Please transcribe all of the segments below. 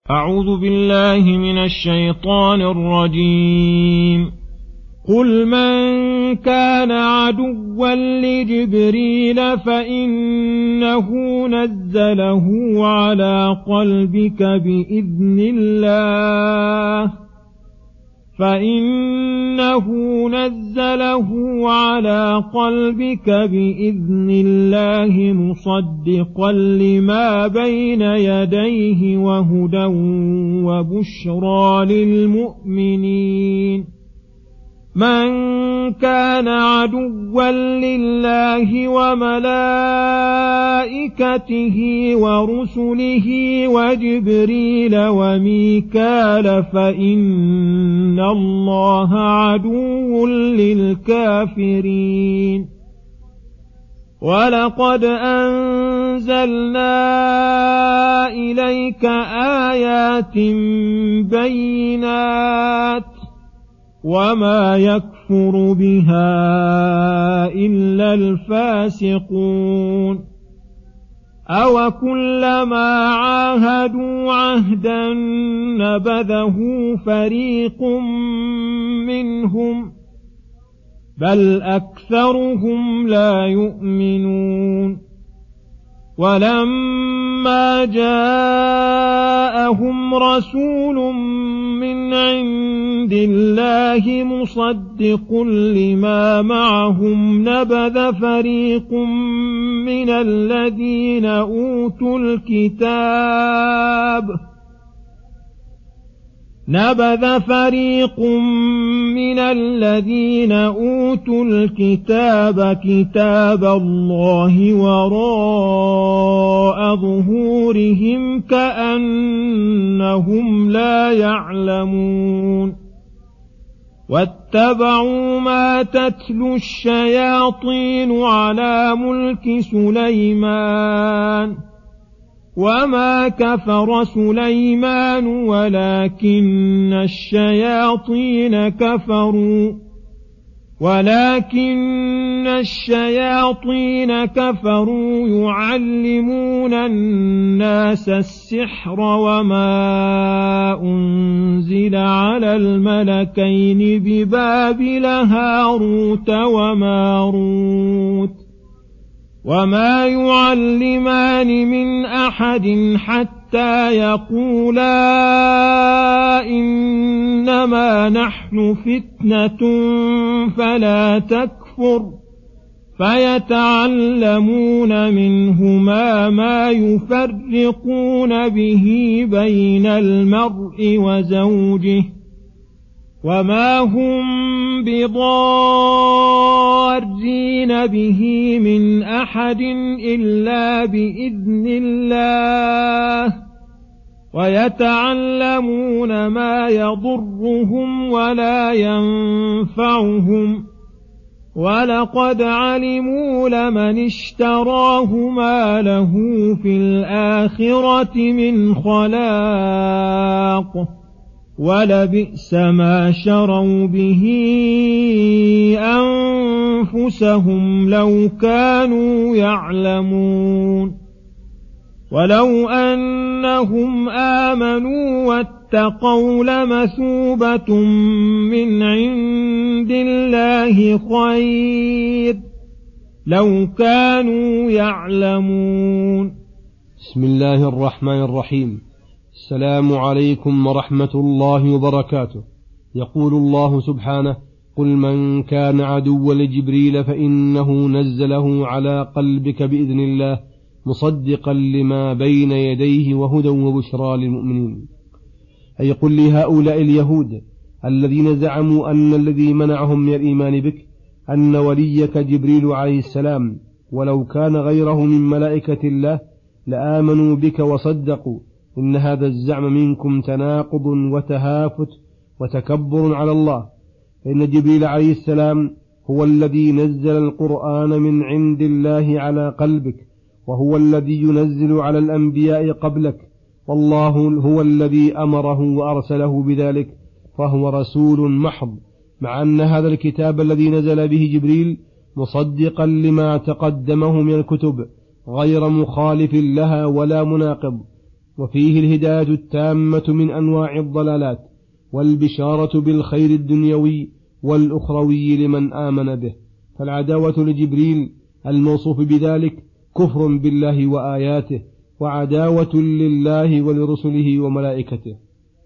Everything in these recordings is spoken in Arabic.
أعوذ بالله من الشيطان الرجيم. قل من كان عدوا لجبريل فإنه نزله على قلبك بإذن الله مصدقا لما بين يديه وهدى وبشرى للمؤمنين. من كان عدوا لله وملائكته ورسله وجبريل وميكال فإن الله عدو للكافرين. ولقد أنزلنا إليك آيات بينات وما يكفر بها إلا الفاسقون. أوكلما عاهدوا عهدا نبذه فريق منهم بل أكثرهم لا يؤمنون. ولما جاءهم رسول من عند الله مصدق لما معهم نبذ فريق من الذين أوتوا الكتاب كتاب الله وراء ظهورهم كأنهم لا يعلمون. واتبعوا ما تتلو الشياطين على ملك سليمان وما كفر سليمان ولكن الشياطين كفروا يعلمون الناس السحر وما أنزل على الملكين ببابل هاروت وماروت وما يعلمان من أحد حتى يقولا إنما نحن فتنة فلا تكفر فيتعلمون منهما ما يفرقون به بين المرء وزوجه وما هم بضارين به من أحد إلا بإذن الله ويتعلمون ما يضرهم ولا ينفعهم ولقد علموا لمن اشتراه ما له في الآخرة من خلاق ولبئس ما شروا به أنفسهم لو كانوا يعلمون. ولو أنهم آمنوا واتقوا لمثوبة من عند الله خير لو كانوا يعلمون. بسم الله الرحمن الرحيم. السلام عليكم ورحمة الله وبركاته. يقول الله سبحانه: قل من كان عدوا لجبريل فإنه نزله على قلبك بإذن الله مصدقا لما بين يديه وهدى وبشرى للمؤمنين. أي قل لهؤلاء اليهود الذين زعموا أن الذي منعهم من الإيمان بك أن وليك جبريل عليه السلام ولو كان غيره من ملائكة الله لآمنوا بك وصدقوا، إن هذا الزعم منكم تناقض وتهافت وتكبر على الله، فإن جبريل عليه السلام هو الذي نزل القرآن من عند الله على قلبك، وهو الذي ينزل على الأنبياء قبلك، والله هو الذي أمره وأرسله بذلك، فهو رسول محض، مع أن هذا الكتاب الذي نزل به جبريل مصدقا لما تقدمه من الكتب غير مخالف لها ولا مناقض، وفيه الهداية التامة من أنواع الضلالات والبشارة بالخير الدنيوي والأخروي لمن آمن به. فالعداوة لجبريل الموصوف بذلك كفر بالله وآياته، وعداوة لله ولرسله وملائكته،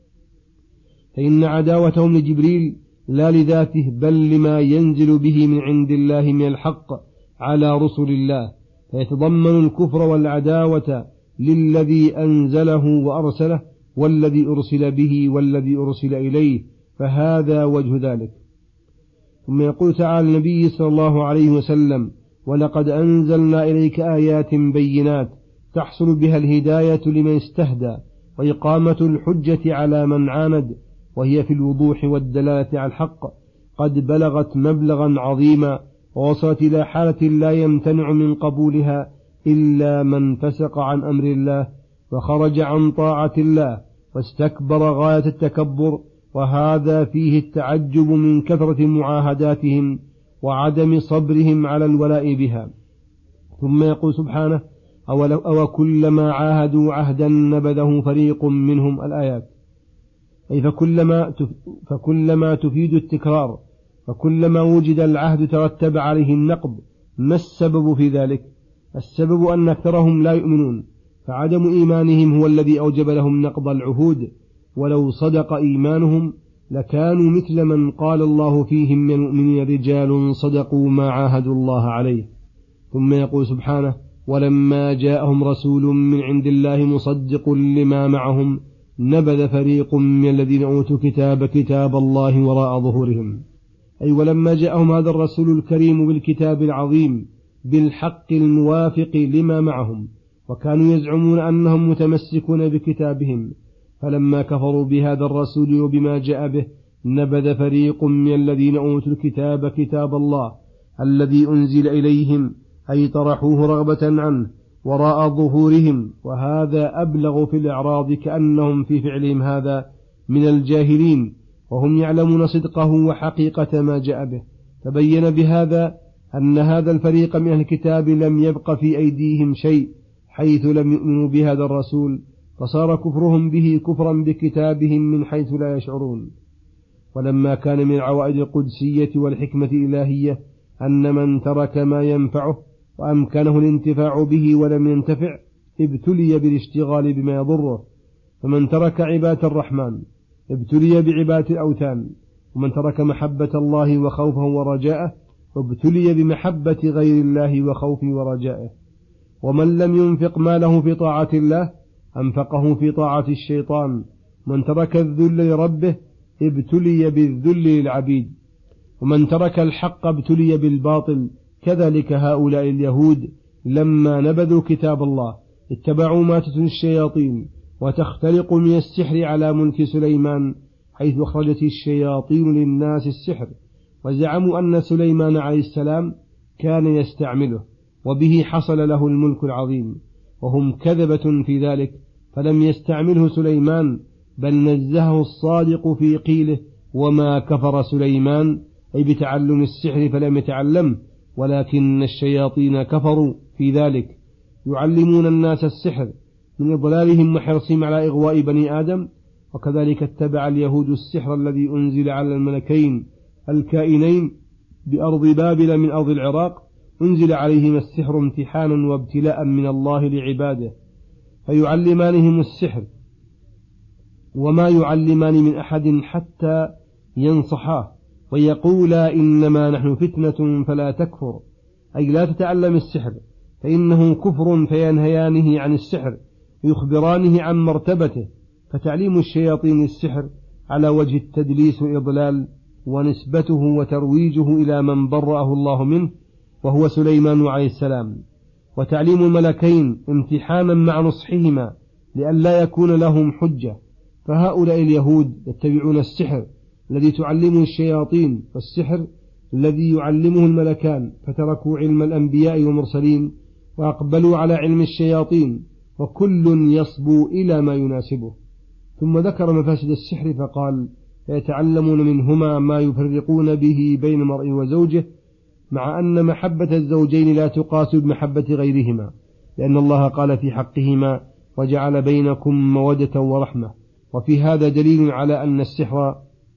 فإن عداوتهم لجبريل لا لذاته بل لما ينزل به من عند الله من الحق على رسل الله، فيتضمن الكفر والعداوة للذي أنزله وأرسله والذي أرسل به والذي أرسل إليه، فهذا وجه ذلك. ثم يقول تعالى النبي صلى الله عليه وسلم: ولقد أنزلنا إليك آيات بينات تحصل بها الهداية لمن استهدى وإقامة الحجة على من عاند، وهي في الوضوح والدلالة على الحق قد بلغت مبلغا عظيما، ووصلت إلى حالة لا يمتنع من قبولها إلا من فسق عن أمر الله وخرج عن طاعة الله واستكبر غاية التكبر، وهذا فيه التعجب من كثرة معاهداتهم وعدم صبرهم على الولاء بها. ثم يقول سبحانه: أو كلما عاهدوا عهدا نبذه فريق منهم، الآيات. أي فكلما تفيد التكرار، فكلما وجد العهد ترتب عليه النقض. ما السبب في ذلك؟ السبب أن أكثرهم لا يؤمنون، فعدم إيمانهم هو الذي أوجب لهم نقض العهود، ولو صدق إيمانهم لكانوا مثل من قال الله فيهم من المؤمنين رجال صدقوا ما عاهدوا الله عليه. ثم يقول سبحانه: ولما جاءهم رسول من عند الله مصدق لما معهم نبذ فريق من الذين أوتوا كتاب الله وراء ظهورهم. أي ولما جاءهم هذا الرسول الكريم بالكتاب العظيم بالحق الموافق لما معهم، وكانوا يزعمون أنهم متمسكون بكتابهم، فلما كفروا بهذا الرسول وبما جاء به نبذ فريق من الذين أوتوا الكتاب كتاب الله الذي أنزل إليهم، أي طرحوه رغبة عنه وراء ظهورهم، وهذا أبلغ في الإعراض، كأنهم في فعلهم هذا من الجاهلين وهم يعلمون صدقه وحقيقة ما جاء به. تبين بهذا أن هذا الفريق من أهل الكتاب لم يبق في أيديهم شيء حيث لم يؤمنوا بهذا الرسول، فصار كفرهم به كفرا بكتابهم من حيث لا يشعرون. ولما كان من العوائد القدسية والحكمة الإلهية أن من ترك ما ينفعه وأمكنه الانتفاع به ولم ينتفع ابتلي بالاشتغال بما يضره، فمن ترك عبادة الرحمن ابتلي بعبادة الأوثان، ومن ترك محبة الله وخوفه ورجاءه ابتلي بمحبة غير الله وخوفه ورجائه. ومن لم ينفق ماله في طاعة الله أنفقه في طاعة الشيطان. من ترك الذل لربه ابتلي بالذل للعبيد، ومن ترك الحق ابتلي بالباطل. كذلك هؤلاء اليهود لما نبذوا كتاب الله اتبعوا ما تتلو الشياطين وتختلق من السحر على ملك سليمان، حيث أخرجت الشياطين للناس السحر، وزعموا أن سليمان عليه السلام كان يستعمله وبه حصل له الملك العظيم، وهم كذبة في ذلك، فلم يستعمله سليمان بل نزهه الصادق في قيله: وما كفر سليمان، أي بتعلم السحر فلم يتعلم، ولكن الشياطين كفروا في ذلك، يعلمون الناس السحر من إضلالهم وحرصهم على إغواء بني آدم. وكذلك اتبع اليهود السحر الذي أنزل على الملكين الكائنين بأرض بابل من أرض العراق، أنزل عليهم السحر امتحانا وابتلاء من الله لعباده، فيعلمانهم السحر، وما يعلمان من أحد حتى ينصحاه ويقولا: إنما نحن فتنة فلا تكفر، أي لا تتعلم السحر فإنه كفر، فينهيانه عن السحر ويخبرانه عن مرتبته. فتعليم الشياطين السحر على وجه التدليس والإضلال، ونسبته وترويجه إلى من برأه الله منه وهو سليمان عليه السلام. وتعليم الملكين امتحانا مع نصحهما لئلا يكون لهم حجة. فهؤلاء اليهود يتبعون السحر الذي تعلمه الشياطين والسحر الذي يعلمه الملكان، فتركوا علم الأنبياء والمرسلين وأقبلوا على علم الشياطين، وكل يصبو إلى ما يناسبه. ثم ذكر مفاسد السحر فقال: فيتعلمون منهما ما يفرقون به بين المرء وزوجه، مع أن محبة الزوجين لا تقاس بمحبة غيرهما، لأن الله قال في حقهما: وجعل بينكم مودة ورحمة. وفي هذا دليل على أن السحر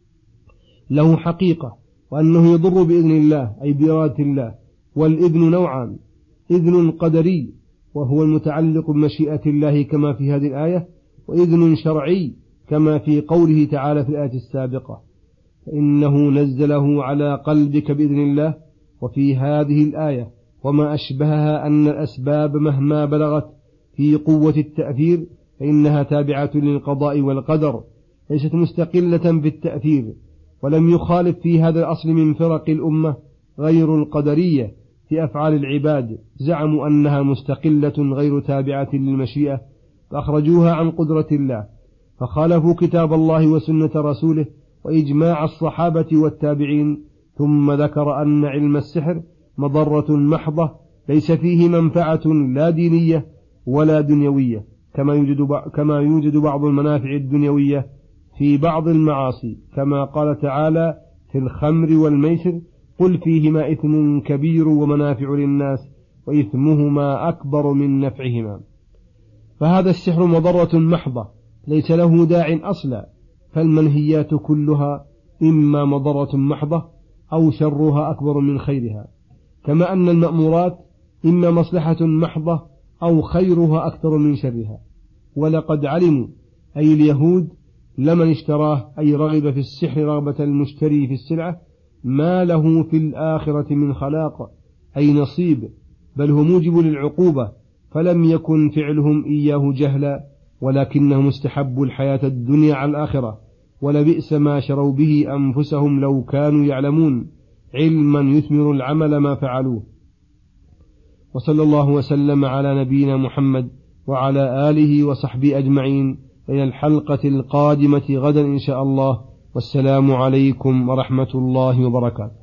له حقيقة، وأنه يضر بإذن الله أي بإرادة الله. والإذن نوعان: إذن قدري وهو المتعلق بمشيئة الله كما في هذه الآية، وإذن شرعي كما في قوله تعالى في الآية السابقة: فإنه نزله على قلبك بإذن الله. وفي هذه الآية وما أشبهها أن الأسباب مهما بلغت في قوة التأثير فإنها تابعة للقضاء والقدر، ليست مستقلة بالتأثير. ولم يخالف في هذا الأصل من فرق الأمة غير القدرية في أفعال العباد، زعموا أنها مستقلة غير تابعة للمشيئة فأخرجوها عن قدرة الله، فخالفوا كتاب الله وسنة رسوله وإجماع الصحابة والتابعين. ثم ذكر أن علم السحر مضرة محضة ليس فيه منفعة لا دينية ولا دنيوية، كما يوجد بعض المنافع الدنيوية في بعض المعاصي، كما قال تعالى في الخمر والميسر: قل فيهما إثم كبير ومنافع للناس وإثمهما أكبر من نفعهما. فهذا السحر مضرة محضة ليس له داع أصلا، فالمنهيات كلها إما مضرة محضة أو شرها أكبر من خيرها، كما أن المأمورات إما مصلحة محضة أو خيرها أكثر من شرها. ولقد علموا أي اليهود لمن اشتراه أي رغب في السحر رغبة المشتري في السلعة ما له في الآخرة من خلاق أي نصيب، بل هو موجب للعقوبة، فلم يكن فعلهم إياه جهلا، ولكنهم استحبوا الحياة الدنيا على الآخرة، ولبئس ما شروا به أنفسهم لو كانوا يعلمون، علما يثمر العمل ما فعلوه. وصلى الله وسلم على نبينا محمد وعلى آله وصحبه أجمعين، إلى الحلقة القادمة غدا إن شاء الله، والسلام عليكم ورحمة الله وبركاته.